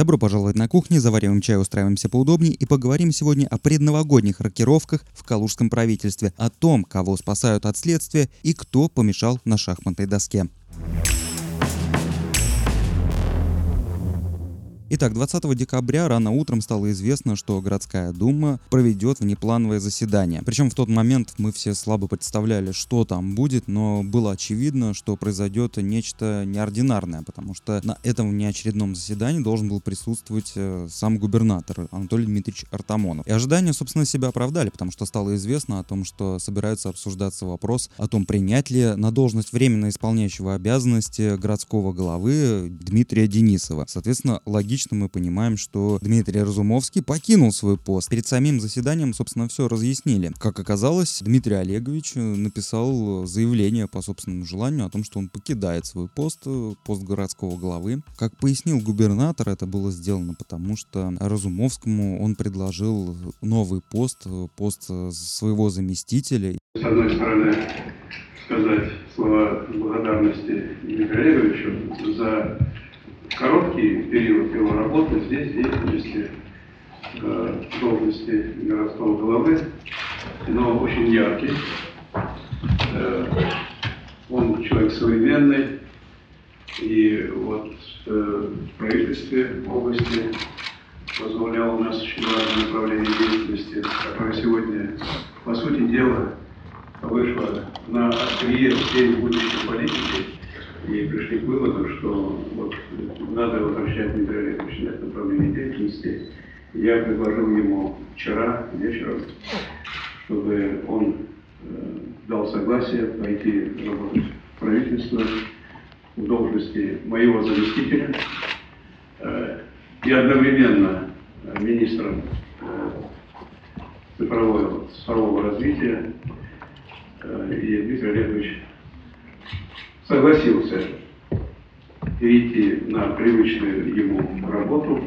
Добро пожаловать на кухню, завариваем чай, устраиваемся поудобнее и поговорим сегодня о предновогодних рокировках в калужском правительстве, о том, кого спасают от следствия и кто помешал на шахматной доске. Итак, 20 декабря рано утром стало известно, что городская дума проведет внеплановое заседание. Причем в тот момент мы все слабо представляли, что там будет, но было очевидно, что произойдет нечто неординарное, потому что на этом внеочередном заседании должен был присутствовать сам губернатор Анатолий Дмитриевич Артамонов. И ожидания, собственно, себя оправдали, потому что стало известно о том, что собирается обсуждаться вопрос о том, принять ли на должность временно исполняющего обязанности городского главы Дмитрия Денисова. Соответственно, логично мы понимаем, что Дмитрий Разумовский покинул свой пост. Перед самим заседанием, собственно, все разъяснили. Как оказалось, Дмитрий Олегович написал заявление по собственному желанию о том, что он покидает свой пост городского главы. Как пояснил губернатор, это было сделано потому, что Разумовскому он предложил новый пост своего заместителя. С одной стороны, сказать слова благодарности Дмитрию Олеговичу за короткий период его работы здесь, деятельности, должности городского главы, но очень яркий. Он человек современный, и вот в правительстве в области возглавлял у нас очень важное направление деятельности, которое сегодня, по сути дела, вышло на острие всей будущей политики. И пришли к выводу, что вот надо возвращать Дмитрия Олеговича на это направление деятельности. Я предложил ему вчера вечером, чтобы он дал согласие пойти работать в правительство в должности моего заместителя и одновременно министром цифрового развития. И Дмитрий Олегович согласился перейти на привычную ему работу.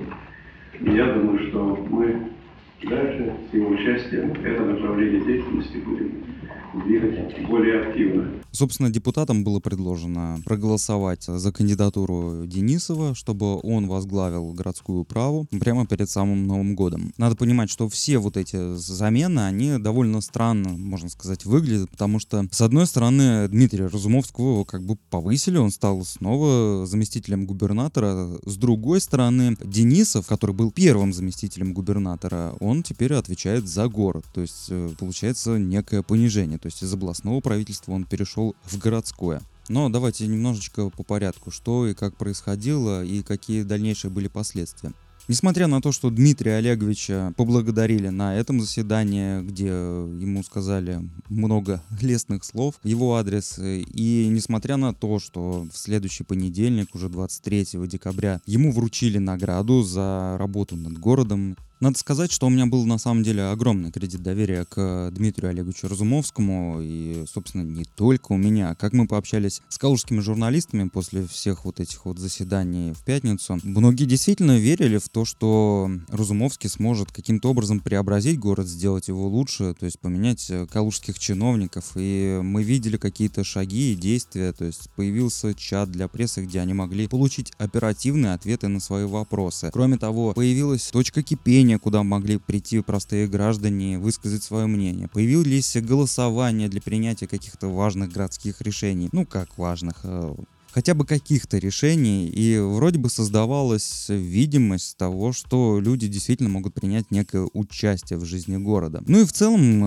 И я думаю, что мы дальше с его участием это направление деятельности будем двигать более активно. Собственно, депутатам было предложено проголосовать за кандидатуру Денисова, чтобы он возглавил городскую управу прямо перед самым Новым годом. Надо понимать, что все вот эти замены, они довольно странно, можно сказать, выглядят, потому что, с одной стороны, Дмитрия Разумовского как бы повысили, он стал снова заместителем губернатора. С другой стороны, Денисов, который был первым заместителем губернатора, он теперь отвечает за город. То есть, получается некое понижение. То есть, из областного правительства он перешел в городское. Но давайте немножечко по порядку, что и как происходило, и какие дальнейшие были последствия. Несмотря на то, что Дмитрия Олеговича поблагодарили на этом заседании, где ему сказали много лестных слов в его адрес, и несмотря на то, что в следующий понедельник, уже 23 декабря, ему вручили награду за работу над городом, надо сказать, что у меня был на самом деле огромный кредит доверия к Дмитрию Олеговичу Разумовскому, и, собственно, не только у меня. Как мы пообщались с калужскими журналистами после всех вот этих вот заседаний в пятницу, многие действительно верили в то, что Разумовский сможет каким-то образом преобразить город, сделать его лучше, то есть поменять калужских чиновников, и мы видели какие-то шаги и действия, то есть появился чат для прессы, где они могли получить оперативные ответы на свои вопросы. Кроме того, появилась точка кипения, куда могли прийти простые граждане, высказать свое мнение. Появились голосования для принятия каких-то важных городских решений. Ну, как важных, хотя бы каких-то решений, и вроде бы создавалась видимость того, что люди действительно могут принять некое участие в жизни города. Ну и в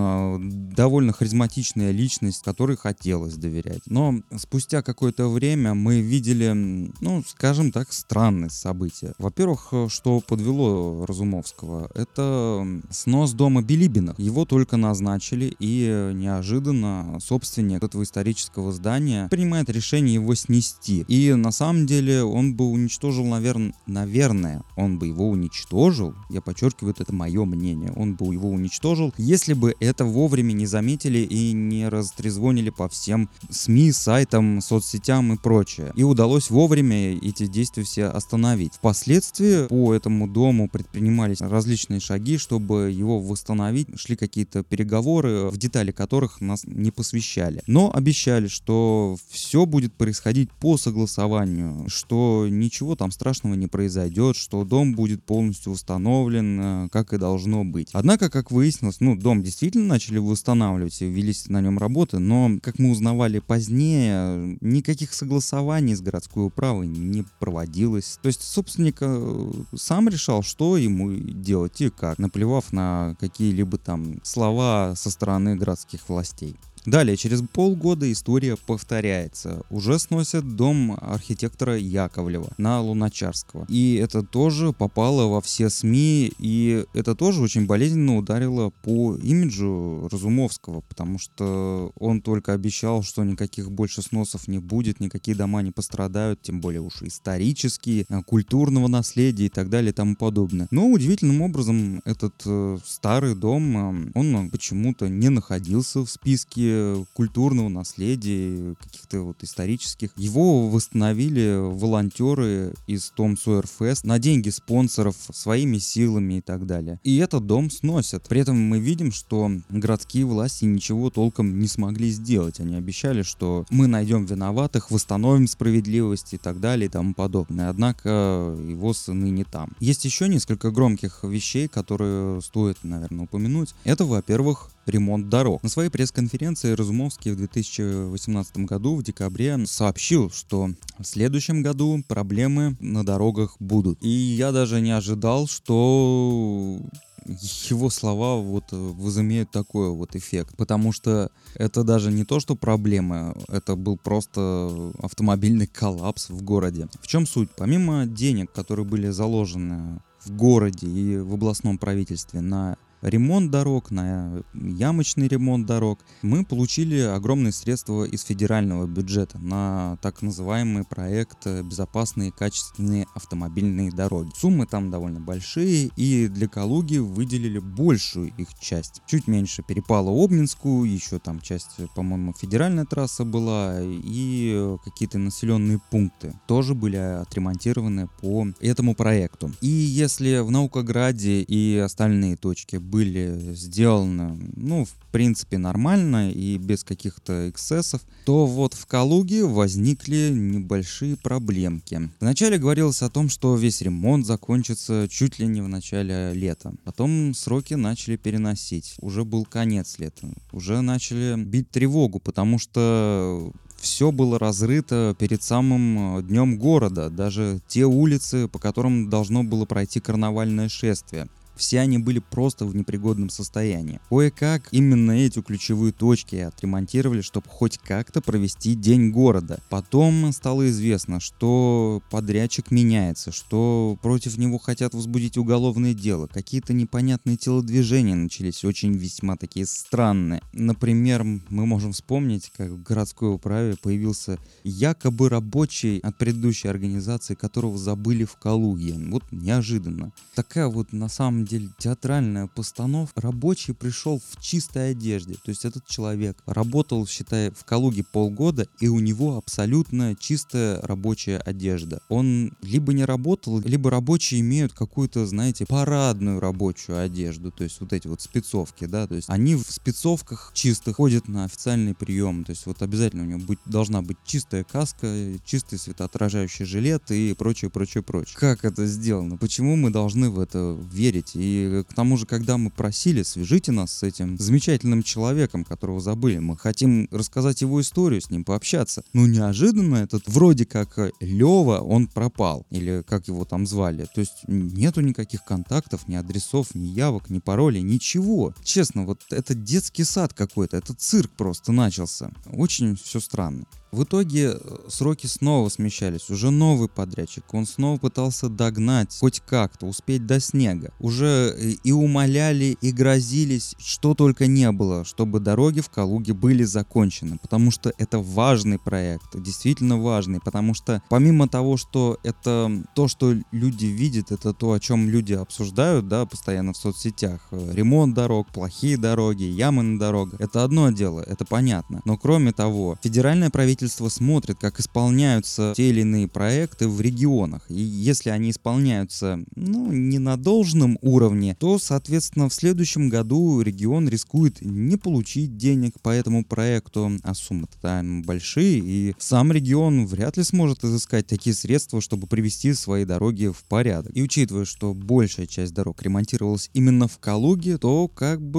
целом довольно харизматичная личность, которой хотелось доверять. Но спустя какое-то время мы видели, ну, скажем так, странные события. Во-первых, что подвело Разумовского, это снос дома Билибиных. Его только назначили, и неожиданно собственник этого исторического здания принимает решение его снести. И на самом деле он бы уничтожил, наверное, он бы его уничтожил, я подчеркиваю, это мое мнение, он бы его уничтожил, если бы это вовремя не заметили и не растрезвонили по всем СМИ, сайтам, соцсетям и прочее. И удалось вовремя эти действия все остановить. Впоследствии по этому дому предпринимались различные шаги, чтобы его восстановить. Шли какие-то переговоры, в детали которых нас не посвящали. Но обещали, что все будет происходить по по согласованию, что ничего там страшного не произойдет, что дом будет полностью установлен, как и должно быть. Однако, как выяснилось, дом действительно начали восстанавливать и велись на нем работы, но, как мы узнавали позднее, никаких согласований с городской управой не проводилось. То есть собственник сам решал, что ему делать и как, наплевав на какие-либо там слова со стороны городских властей. Далее, через полгода история повторяется. Уже сносят дом архитектора Яковлева на Луначарского. И это тоже попало во все СМИ, и это тоже очень болезненно ударило по имиджу Разумовского, потому что он только обещал, что никаких больше сносов не будет, никакие дома не пострадают, тем более уж исторические, культурного наследия и так далее и тому подобное. Но удивительным образом этот старый дом, он почему-то не находился в списке культурного наследия, каких-то вот исторических. Его восстановили волонтеры из Том Сойер Фест на деньги спонсоров, своими силами и так далее. И этот дом сносят. При этом мы видим, что городские власти ничего толком не смогли сделать. Они обещали, что мы найдем виноватых, восстановим справедливость и так далее и тому подобное. Однако его сыны не там. Есть еще несколько громких вещей, которые стоит, наверное, упомянуть. Это, во-первых, ремонт дорог. На своей пресс-конференции Разумовский в 2018 году в декабре сообщил, что в следующем году проблемы на дорогах будут. И я даже не ожидал, что его слова возымеют такой эффект, потому что это даже не то, что проблемы, это был просто автомобильный коллапс в городе. В чем суть? Помимо денег, которые были заложены в городе и в областном правительстве на ремонт дорог, на ямочный ремонт дорог, мы получили огромные средства из федерального бюджета на так называемый проект «Безопасные и качественные автомобильные дороги». Суммы там довольно большие, и для Калуги выделили большую их часть. Чуть меньше Перепало-Обнинску, еще там часть, по-моему, федеральная трасса была, и какие-то населенные пункты тоже были отремонтированы по этому проекту. И если в Наукограде и остальные точки были сделаны, в принципе, нормально и без каких-то эксцессов, то в Калуге возникли небольшие проблемки. Вначале говорилось о том, что весь ремонт закончится чуть ли не в начале лета. Потом сроки начали переносить. Уже был конец лета. Уже начали бить тревогу, потому что все было разрыто перед самым днем города. Даже те улицы, по которым должно было пройти карнавальное шествие. Все они были просто в непригодном состоянии. Кое-как именно эти ключевые точки отремонтировали, чтобы хоть как-то провести день города. Потом стало известно, что подрядчик меняется, что против него хотят возбудить уголовное дело. Какие-то непонятные телодвижения начались, очень весьма такие странные. Например, мы можем вспомнить, как в городской управе появился якобы рабочий от предыдущей организации, которого забыли в Калуге. Неожиданно. Такая на самом деле театральная постановка. Рабочий пришел в чистой одежде. То есть этот человек работал, считай, в Калуге полгода, и у него абсолютно чистая рабочая одежда. Он либо не работал, либо рабочие имеют какую-то, знаете, парадную рабочую одежду. То есть эти спецовки, да, то есть они в спецовках чистых ходят на официальный прием. То есть обязательно у него должна быть чистая каска, чистый светоотражающий жилет и прочее. Как это сделано? Почему мы должны в это верить? И к тому же, когда мы просили, свяжите нас с этим замечательным человеком, которого забыли, мы хотим рассказать его историю, с ним пообщаться. Неожиданно этот вроде как Лева, он пропал. Или как его там звали. То есть нету никаких контактов, ни адресов, ни явок, ни паролей, ничего. Честно, это детский сад какой-то, это цирк просто начался. Очень все странно. В итоге сроки снова смещались, уже новый подрядчик, он снова пытался догнать, хоть как-то, успеть до снега. Уже и умоляли, и грозились, что только не было, чтобы дороги в Калуге были закончены, потому что это важный проект, действительно важный, потому что помимо того, что это то, что люди видят, это то, о чем люди обсуждают, да, постоянно в соцсетях, ремонт дорог, плохие дороги, ямы на дорогах, это одно дело, это понятно, но кроме того, федеральное правительство правительство смотрит, как исполняются те или иные проекты в регионах. И если они исполняются, не на должном уровне, то, соответственно, в следующем году регион рискует не получить денег по этому проекту, а суммы там большие, и сам регион вряд ли сможет изыскать такие средства, чтобы привести свои дороги в порядок. И учитывая, что большая часть дорог ремонтировалась именно в Калуге, то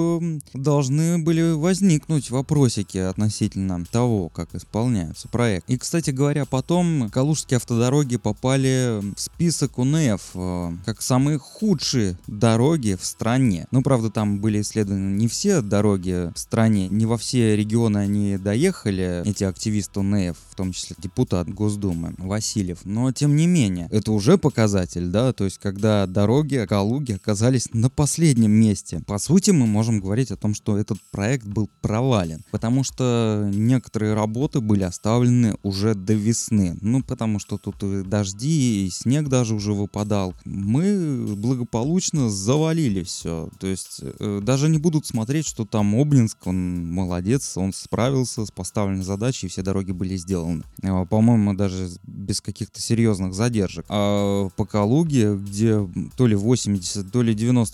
должны были возникнуть вопросики относительно того, как исполняется проект. И, кстати говоря, потом калужские автодороги попали в список УНЭФ как самые худшие дороги в стране. Правда, там были исследованы не все дороги в стране, не во все регионы они доехали, эти активисты УНЭФ, в том числе депутат Госдумы Васильев, но тем не менее, это уже показатель, да, то есть когда дороги Калуги оказались на последнем месте. По сути, мы можем говорить о том, что этот проект был провален, потому что некоторые работы были оставлены уже до весны, потому что тут и дожди, и снег даже уже выпадал. Мы благополучно завалили все, то есть даже не будут смотреть, что там Обнинск, он молодец, он справился с поставленной задачей, и все дороги были сделаны. По-моему, даже без каких-то серьезных задержек. А по Калуге, где то ли 80, то ли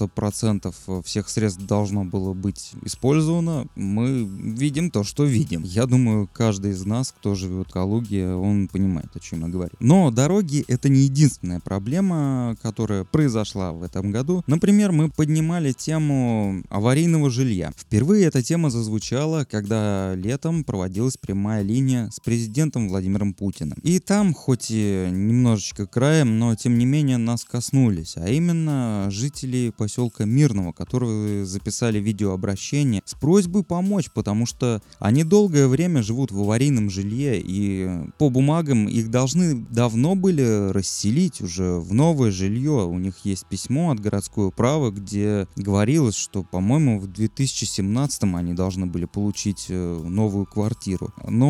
90% всех средств должно было быть использовано, мы видим то, что видим. Я думаю, каждый из нас, кто живет в Калуге, он понимает, о чем я говорю. Но дороги — это не единственная проблема, которая произошла в этом году. Например, мы поднимали тему аварийного жилья. Впервые эта тема зазвучала, когда летом проводилась прямая линия с президентом Владимиром Путиным. И там, хоть и немножечко краем, но тем не менее нас коснулись, а именно жители поселка Мирного, которые записали видеообращение с просьбой помочь, потому что они долгое время живут в аварийном жилье, и по бумагам их должны давно были расселить уже в новое жилье. У них есть письмо от городской управы, где говорилось, что, по-моему, в 2017-м они должны были получить новую квартиру.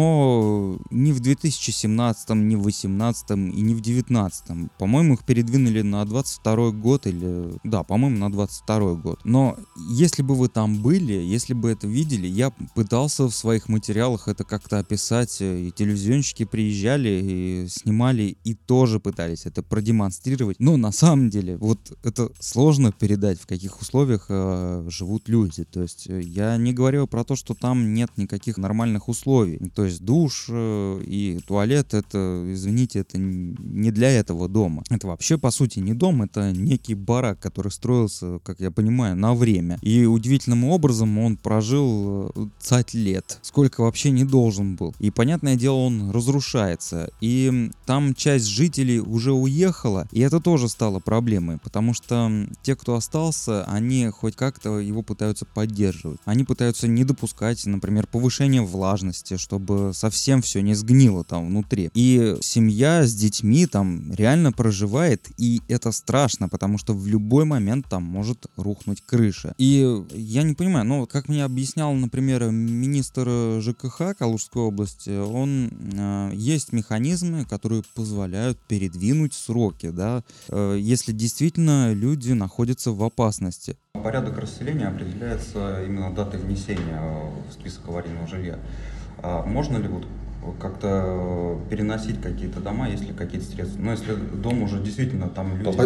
Но ни в 2017-м, ни в 2018-м и ни в 2019-м. По-моему, их передвинули на 22-й год по-моему, на 22-й год. Но если бы вы там были, если бы это видели, я пытался в своих материалах это как-то описать, и телевизионщики приезжали и снимали, и тоже пытались это продемонстрировать. Но на самом деле, вот это сложно передать, в каких условиях живут люди. То есть я не говорю про то, что там нет никаких нормальных условий. То есть душ и туалет, это, извините, это не для этого дома. Это вообще, по сути, не дом, это некий барак, который строился, как я понимаю, на время. И удивительным образом он прожил 20 лет. Сколько вообще не должен был. И, понятное дело, он разрушается. И там часть жителей уже уехала, и это тоже стало проблемой, потому что те, кто остался, они хоть как-то его пытаются поддерживать. Они пытаются не допускать, например, повышения влажности, чтобы совсем все не сгнило там внутри. И семья с детьми там реально проживает, и это страшно, потому что в любой момент там может рухнуть крыша. И я не понимаю, как мне объяснял, например, министр ЖКХ Калужской области, есть механизмы, которые позволяют передвинуть сроки, да, если действительно люди находятся в опасности. Порядок расселения определяется именно датой внесения в список аварийного жилья. Можно ли как-то переносить какие-то дома, если какие-то средства? Если дом уже действительно там людям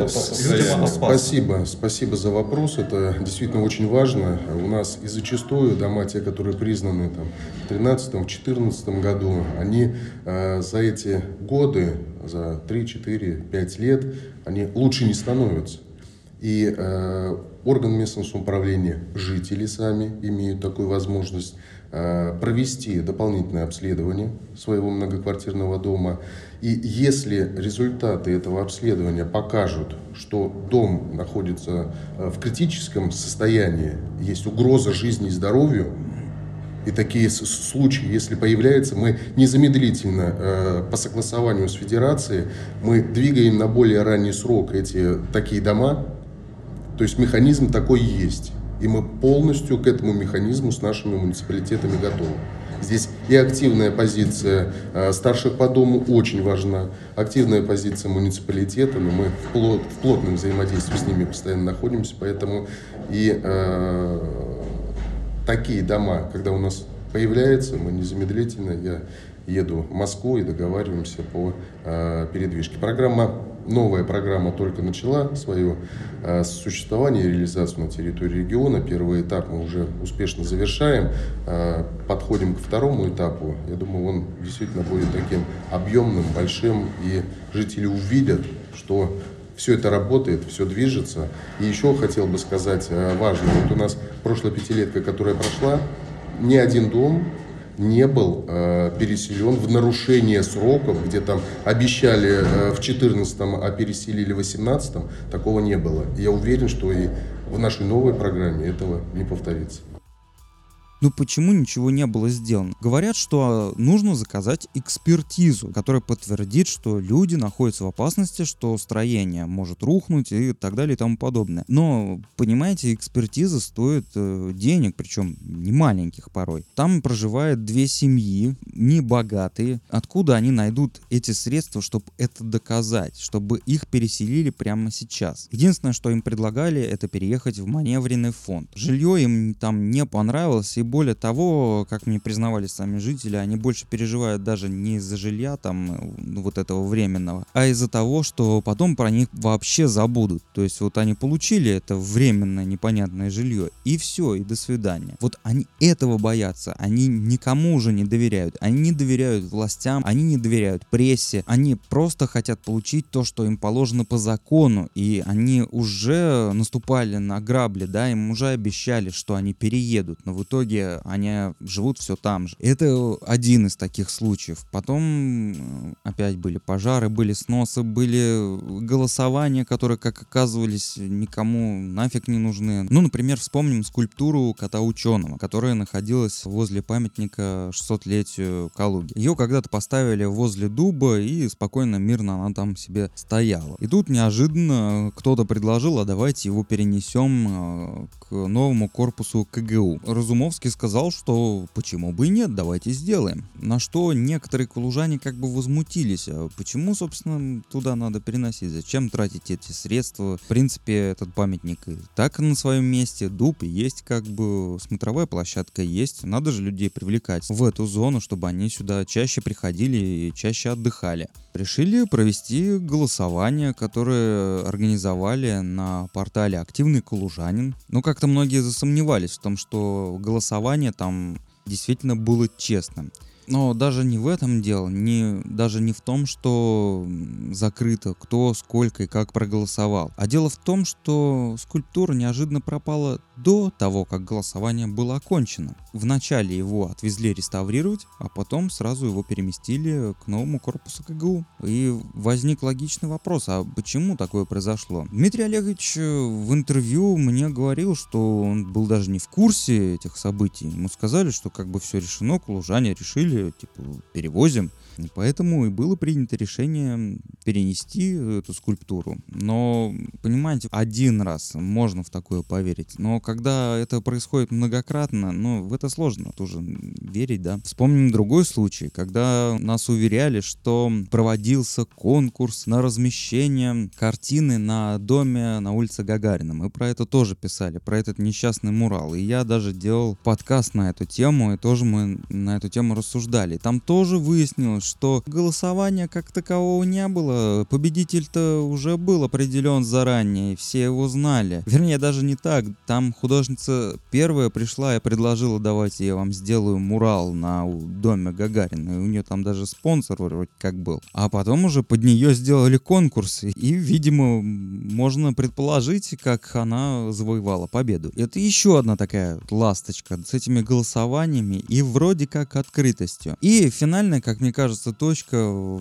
опасно. Спасибо за вопрос. Это действительно очень важно. У нас и зачастую дома, те, которые признаны в 2013-2014 году, они за эти годы, за 3, 4, 5 лет, они лучше не становятся. И органы местного самоуправления, жители сами имеют такую возможность провести дополнительное обследование своего многоквартирного дома. И если результаты этого обследования покажут, что дом находится в критическом состоянии, есть угроза жизни и здоровью, и такие случаи, если появляются, мы незамедлительно по согласованию с Федерацией, мы двигаем на более ранний срок такие дома. То есть механизм такой есть. И мы полностью к этому механизму с нашими муниципалитетами готовы. Здесь и активная позиция старших по дому очень важна, активная позиция муниципалитета, но мы в плотном взаимодействии с ними постоянно находимся, поэтому и такие дома, когда у нас появляются, мы незамедлительно, еду в Москву и договариваемся по передвижке. Новая программа только начала свое существование и реализацию на территории региона. Первый этап мы уже успешно завершаем. Подходим к второму этапу. Я думаю, он действительно будет таким объемным, большим, и жители увидят, что все это работает, все движется. И еще хотел бы сказать важно. Вот у нас прошлая пятилетка, которая прошла, ни один дом не был переселен в нарушение сроков, где там обещали в 2014-м, а переселили в 2018-м. Такого не было. И я уверен, что и в нашей новой программе этого не повторится. Ну почему ничего не было сделано? Говорят, что нужно заказать экспертизу, которая подтвердит, что люди находятся в опасности, что строение может рухнуть и так далее и тому подобное. Но, понимаете, экспертиза стоит денег, причем не маленьких порой. Там проживает две семьи, не богатые. Откуда они найдут эти средства, чтобы это доказать, чтобы их переселили прямо сейчас? Единственное, что им предлагали, это переехать в маневренный фонд. Жилье им там не понравилось, и более того, как мне признавались сами жители, они больше переживают даже не из-за жилья там вот этого временного, а из-за того, что потом про них вообще забудут. То есть вот они получили это временное непонятное жилье, и все, и до свидания. Вот они этого боятся, они никому уже не доверяют, они не доверяют властям, они не доверяют прессе, они просто хотят получить то, что им положено по закону, и они уже наступали на грабли, да, им уже обещали, что они переедут, но в итоге они живут все там же. Это один из таких случаев. Потом опять были пожары, были сносы, были голосования, которые, как оказывались, никому нафиг не нужны. Ну, например, вспомним скульптуру кота-ученого, которая находилась возле памятника 600-летию Калуги. Ее когда-то поставили возле дуба, и спокойно, мирно она там себе стояла. И тут неожиданно кто-то предложил, а давайте его перенесем к новому корпусу КГУ. Разумовский сказал, что почему бы и нет, давайте сделаем. На что некоторые калужане как бы возмутились. А почему, собственно, туда надо переносить? Зачем тратить эти средства? В принципе, этот памятник и так на своем месте. Дуб есть, как бы смотровая площадка есть. Надо же людей привлекать в эту зону, чтобы они сюда чаще приходили и чаще отдыхали. Решили провести голосование, которое организовали на портале «Активный калужанин». Но как-то многие засомневались в том, что голосование там действительно было честным. Но даже не в этом дело, даже не в том, что закрыто, кто, сколько и как проголосовал. А дело в том, что скульптура неожиданно пропала до того, как голосование было окончено. Вначале его отвезли реставрировать, а потом сразу его переместили к новому корпусу КГУ. И возник логичный вопрос, а почему такое произошло? Дмитрий Олегович в интервью мне говорил, что он был даже не в курсе этих событий. Ему сказали, что как бы все решено, калужане решили, типа, перевозим. И поэтому и было принято решение перенести эту скульптуру. Но, понимаете, один раз можно в такое поверить. Но когда это происходит многократно, в это сложно тоже верить, да. Вспомним другой случай, когда нас уверяли, что проводился конкурс на размещение картины на доме на улице Гагарина. Мы про это тоже писали, про этот несчастный мурал. И я даже делал подкаст на эту тему, и тоже мы на эту тему рассуждали. Там тоже выяснилось, что голосования как такового не было. Победитель-то уже был определен заранее, и все его знали. Вернее, даже не так. Там художница первая пришла и предложила: давайте я вам сделаю мурал на доме Гагарина. И у нее там даже спонсор вроде как был. А потом уже под нее сделали конкурс. И, видимо, можно предположить, как она завоевала победу. Это еще одна такая ласточка с этими голосованиями и вроде как открытостью. И финальная, как мне кажется, точка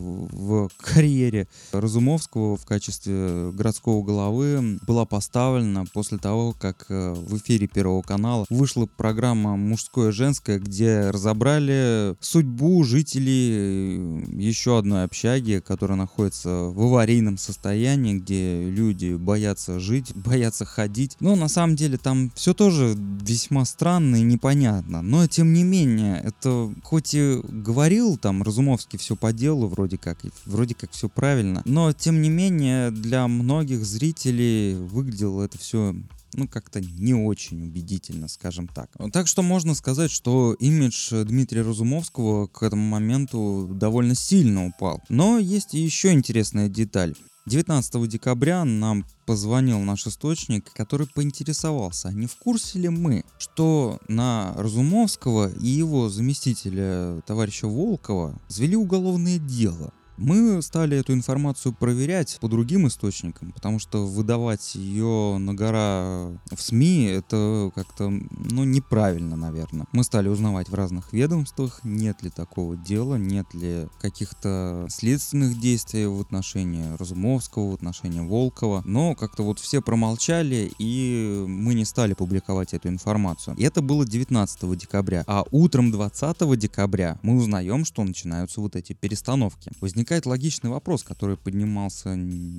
в карьере Разумовского в качестве городского главы была поставлена после того, как в эфире Первого канала вышла программа «Мужское и женское», где разобрали судьбу жителей еще одной общаги, которая находится в аварийном состоянии, где люди боятся жить, боятся ходить. Но на самом деле там все тоже весьма странно и непонятно. Но тем не менее, это хоть и говорил там Разумовский все по делу, вроде как все правильно, но тем не менее для многих зрителей выглядело это все как-то не очень убедительно, скажем так. Так что можно сказать, что имидж Дмитрия Разумовского к этому моменту довольно сильно упал. Но есть и еще интересная деталь. 19 декабря нам позвонил наш источник, который поинтересовался, а не в курсе ли мы, что на Разумовского и его заместителя товарища Волкова завели уголовное дело. Мы стали эту информацию проверять по другим источникам, потому что выдавать ее на гора в СМИ это как-то, неправильно, наверное. Мы стали узнавать в разных ведомствах, нет ли такого дела, нет ли каких-то следственных действий в отношении Разумовского, в отношении Волкова. Но как-то все промолчали, и мы не стали публиковать эту информацию. И это было 19 декабря. А утром 20 декабря мы узнаем, что начинаются эти перестановки. Возникает логичный вопрос, который поднимался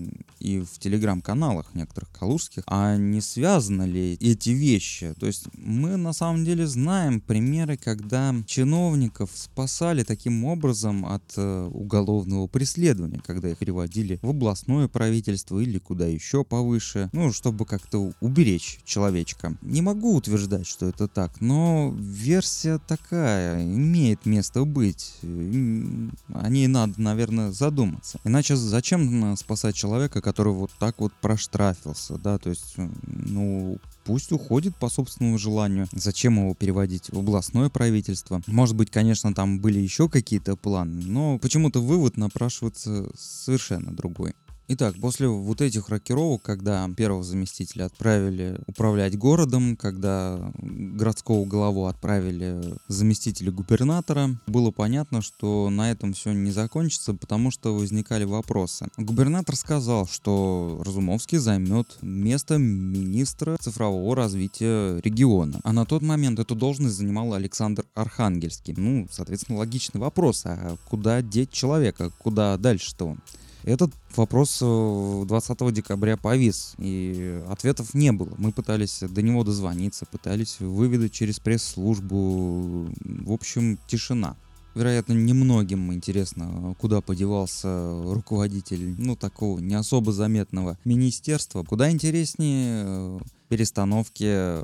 и в телеграм-каналах некоторых калужских, а не связаны ли эти вещи? То есть мы на самом деле знаем примеры, когда чиновников спасали таким образом от уголовного преследования, когда их переводили в областное правительство или куда еще повыше, чтобы как-то уберечь человечка. Не могу утверждать, что это так, но версия такая, имеет место быть. О ней надо, наверное, задуматься. Иначе зачем спасать человека, который так проштрафился, да, то есть, пусть уходит по собственному желанию. Зачем его переводить в областное правительство? Может быть, конечно, там были еще какие-то планы, но почему-то вывод напрашивается совершенно другой. Итак, после этих рокировок, когда первого заместителя отправили управлять городом, когда городского главу отправили заместителя губернатора, было понятно, что на этом все не закончится, потому что возникали вопросы. Губернатор сказал, что Разумовский займет место министра цифрового развития региона. А на тот момент эту должность занимал Александр Архангельский. Соответственно, логичный вопрос, а куда деть человека, куда дальше-то он? Этот вопрос 20 декабря повис, и ответов не было. Мы пытались до него дозвониться, пытались выведать через пресс-службу. В общем, тишина. Вероятно, немногим интересно, куда подевался руководитель, такого не особо заметного министерства. Куда интереснее перестановки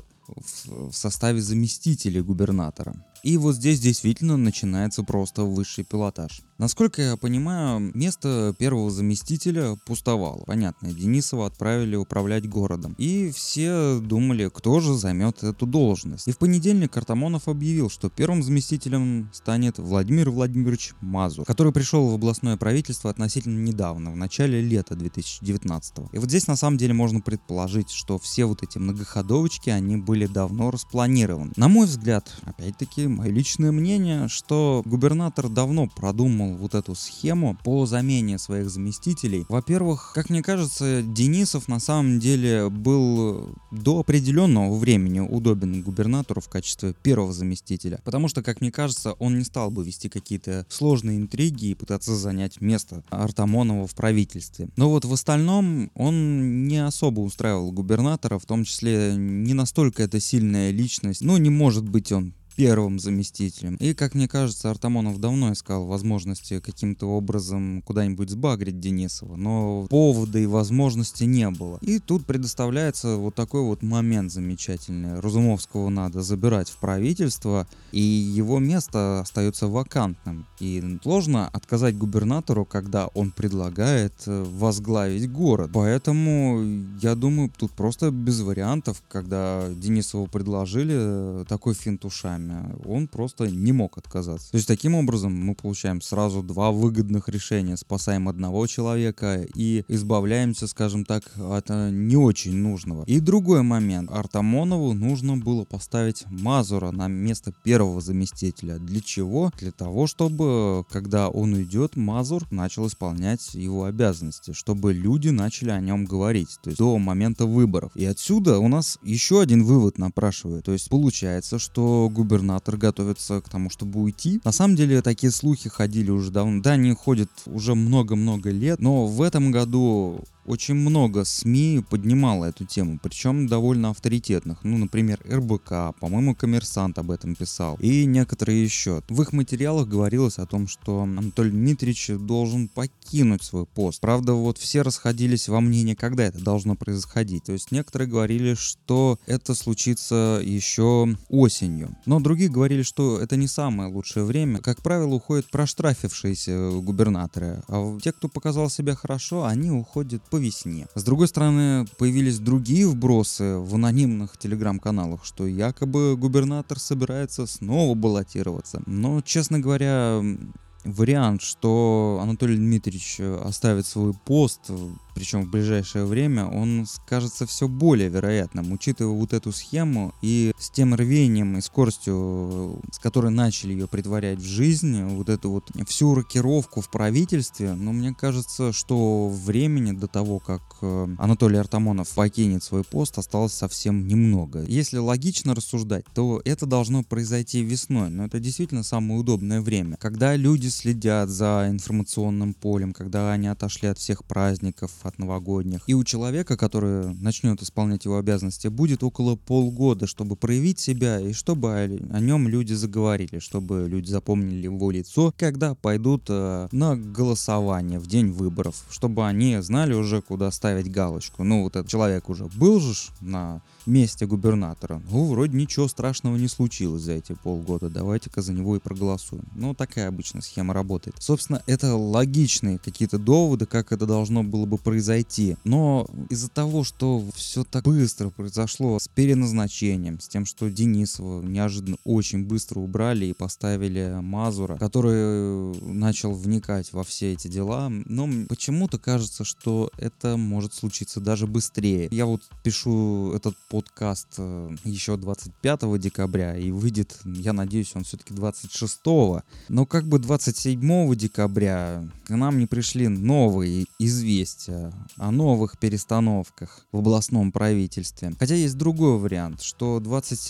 в составе заместителей губернатора. И здесь действительно начинается просто высший пилотаж. Насколько я понимаю, место первого заместителя пустовало. Понятно, Денисова отправили управлять городом. И все думали, кто же займет эту должность. И в понедельник Артамонов объявил, что первым заместителем станет Владимир Владимирович Мазур, который пришел в областное правительство относительно недавно, в начале лета 2019. И здесь на самом деле можно предположить, что все эти многоходовочки, они были давно распланированы. На мой взгляд, опять-таки, мое личное мнение, что губернатор давно продумал эту схему по замене своих заместителей. Во-первых, как мне кажется, Денисов на самом деле был до определенного времени удобен губернатору в качестве первого заместителя, потому что, как мне кажется, он не стал бы вести какие-то сложные интриги и пытаться занять место Артамонова в правительстве. Но в остальном он не особо устраивал губернатора, в том числе не настолько это сильная личность, не может быть он первым заместителем. И, как мне кажется, Артамонов давно искал возможности каким-то образом куда-нибудь сбагрить Денисова, но повода и возможности не было. И тут предоставляется такой момент замечательный. Разумовского надо забирать в правительство, и его место остается вакантным. И сложно отказать губернатору, когда он предлагает возглавить город. Поэтому, я думаю, тут просто без вариантов, когда Денисову предложили такой финт ушами, он просто не мог отказаться. То есть таким образом мы получаем сразу два выгодных решения. Спасаем одного человека и избавляемся, скажем так, от не очень нужного. И другой момент. Артамонову нужно было поставить Мазура на место первого заместителя. Для чего? Для того, чтобы, когда он уйдет, Мазур начал исполнять его обязанности, чтобы люди начали о нем говорить, то есть до момента выборов. И отсюда у нас еще один вывод напрашивает. То есть получается, что губернатор готовится к тому, чтобы уйти. На самом деле такие слухи ходили уже давно. Да, они ходят уже много-много лет, но в этом году очень много СМИ поднимало эту тему, причем довольно авторитетных. Ну, например, РБК, по-моему, Коммерсант об этом писал, и некоторые еще. В их материалах говорилось о том, что Анатолий Дмитриевич должен покинуть свой пост. Правда, вот все расходились во мнении, когда это должно происходить. То есть некоторые говорили, что это случится еще осенью. Но другие говорили, что это не самое лучшее время. Как правило, уходят проштрафившиеся губернаторы, а те, кто показал себя хорошо, они уходят по весне. С другой стороны, появились другие вбросы в анонимных телеграм-каналах, что якобы губернатор собирается снова баллотироваться. Но, честно говоря, вариант, что Анатолий Дмитриевич оставит свой пост, причем в ближайшее время, он кажется все более вероятным, учитывая вот эту схему и с тем рвением и скоростью, с которой начали ее претворять в жизнь, вот эту вот всю рокировку в правительстве. Но мне кажется, что времени до того, как Анатолий Артамонов покинет свой пост, осталось совсем немного. Если логично рассуждать, то это должно произойти весной, но это действительно самое удобное время, когда люди следят за информационным полем, когда они отошли от всех праздников, от новогодних. И у человека, который начнет исполнять его обязанности, будет около полгода, чтобы проявить себя и чтобы о нем люди заговорили, чтобы люди запомнили его лицо, когда пойдут на голосование в день выборов, чтобы они знали уже, куда ставить галочку. Ну, вот этот человек уже был же на месте губернатора. Ну, вроде ничего страшного не случилось за эти полгода. Давайте-ка за него и проголосуем. Ну, такая обычно схема работает. Собственно, это логичные какие-то доводы, как это должно было бы произойти. Но из-за того, что все так быстро произошло с переназначением, с тем, что Денисова неожиданно очень быстро убрали и поставили Мазура, который начал вникать во все эти дела, но почему-то кажется, что это может случиться даже быстрее. Я вот пишу этот подкаст еще 25 декабря, и выйдет, я надеюсь, он все-таки 26-го. Но как бы 27 декабря к нам не пришли новые известия о новых перестановках в областном правительстве. Хотя есть другой вариант, что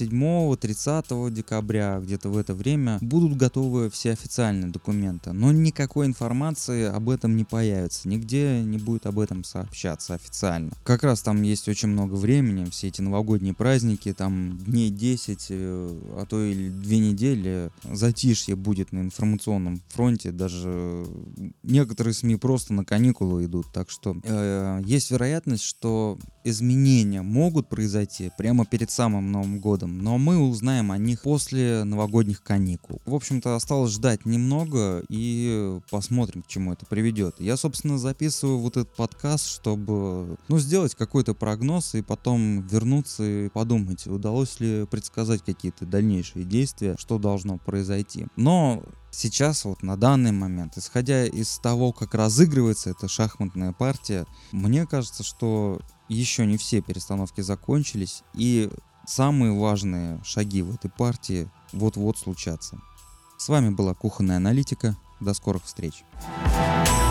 27-30 декабря, где-то в это время, будут готовы все официальные документы, но никакой информации об этом не появится, нигде не будет об этом сообщаться официально. Как раз там есть очень много времени, все эти новогодние праздники, там дней 10, а то и 2 недели затишье будет на информационном фронте, даже некоторые СМИ просто на каникулы идут, так что есть вероятность, что изменения могут произойти прямо перед самым Новым годом, но мы узнаем о них после новогодних каникул. В общем-то, осталось ждать немного и посмотрим, к чему это приведет. Я, собственно, записываю вот этот подкаст, чтобы, сделать какой-то прогноз и потом вернуться и подумать, удалось ли предсказать какие-то дальнейшие действия, что должно произойти. Но сейчас, вот на данный момент, исходя из того, как разыгрывается эта шахматная партия, мне кажется, что еще не все перестановки закончились, и самые важные шаги в этой партии вот-вот случатся. С вами была Кухонная аналитика. До скорых встреч.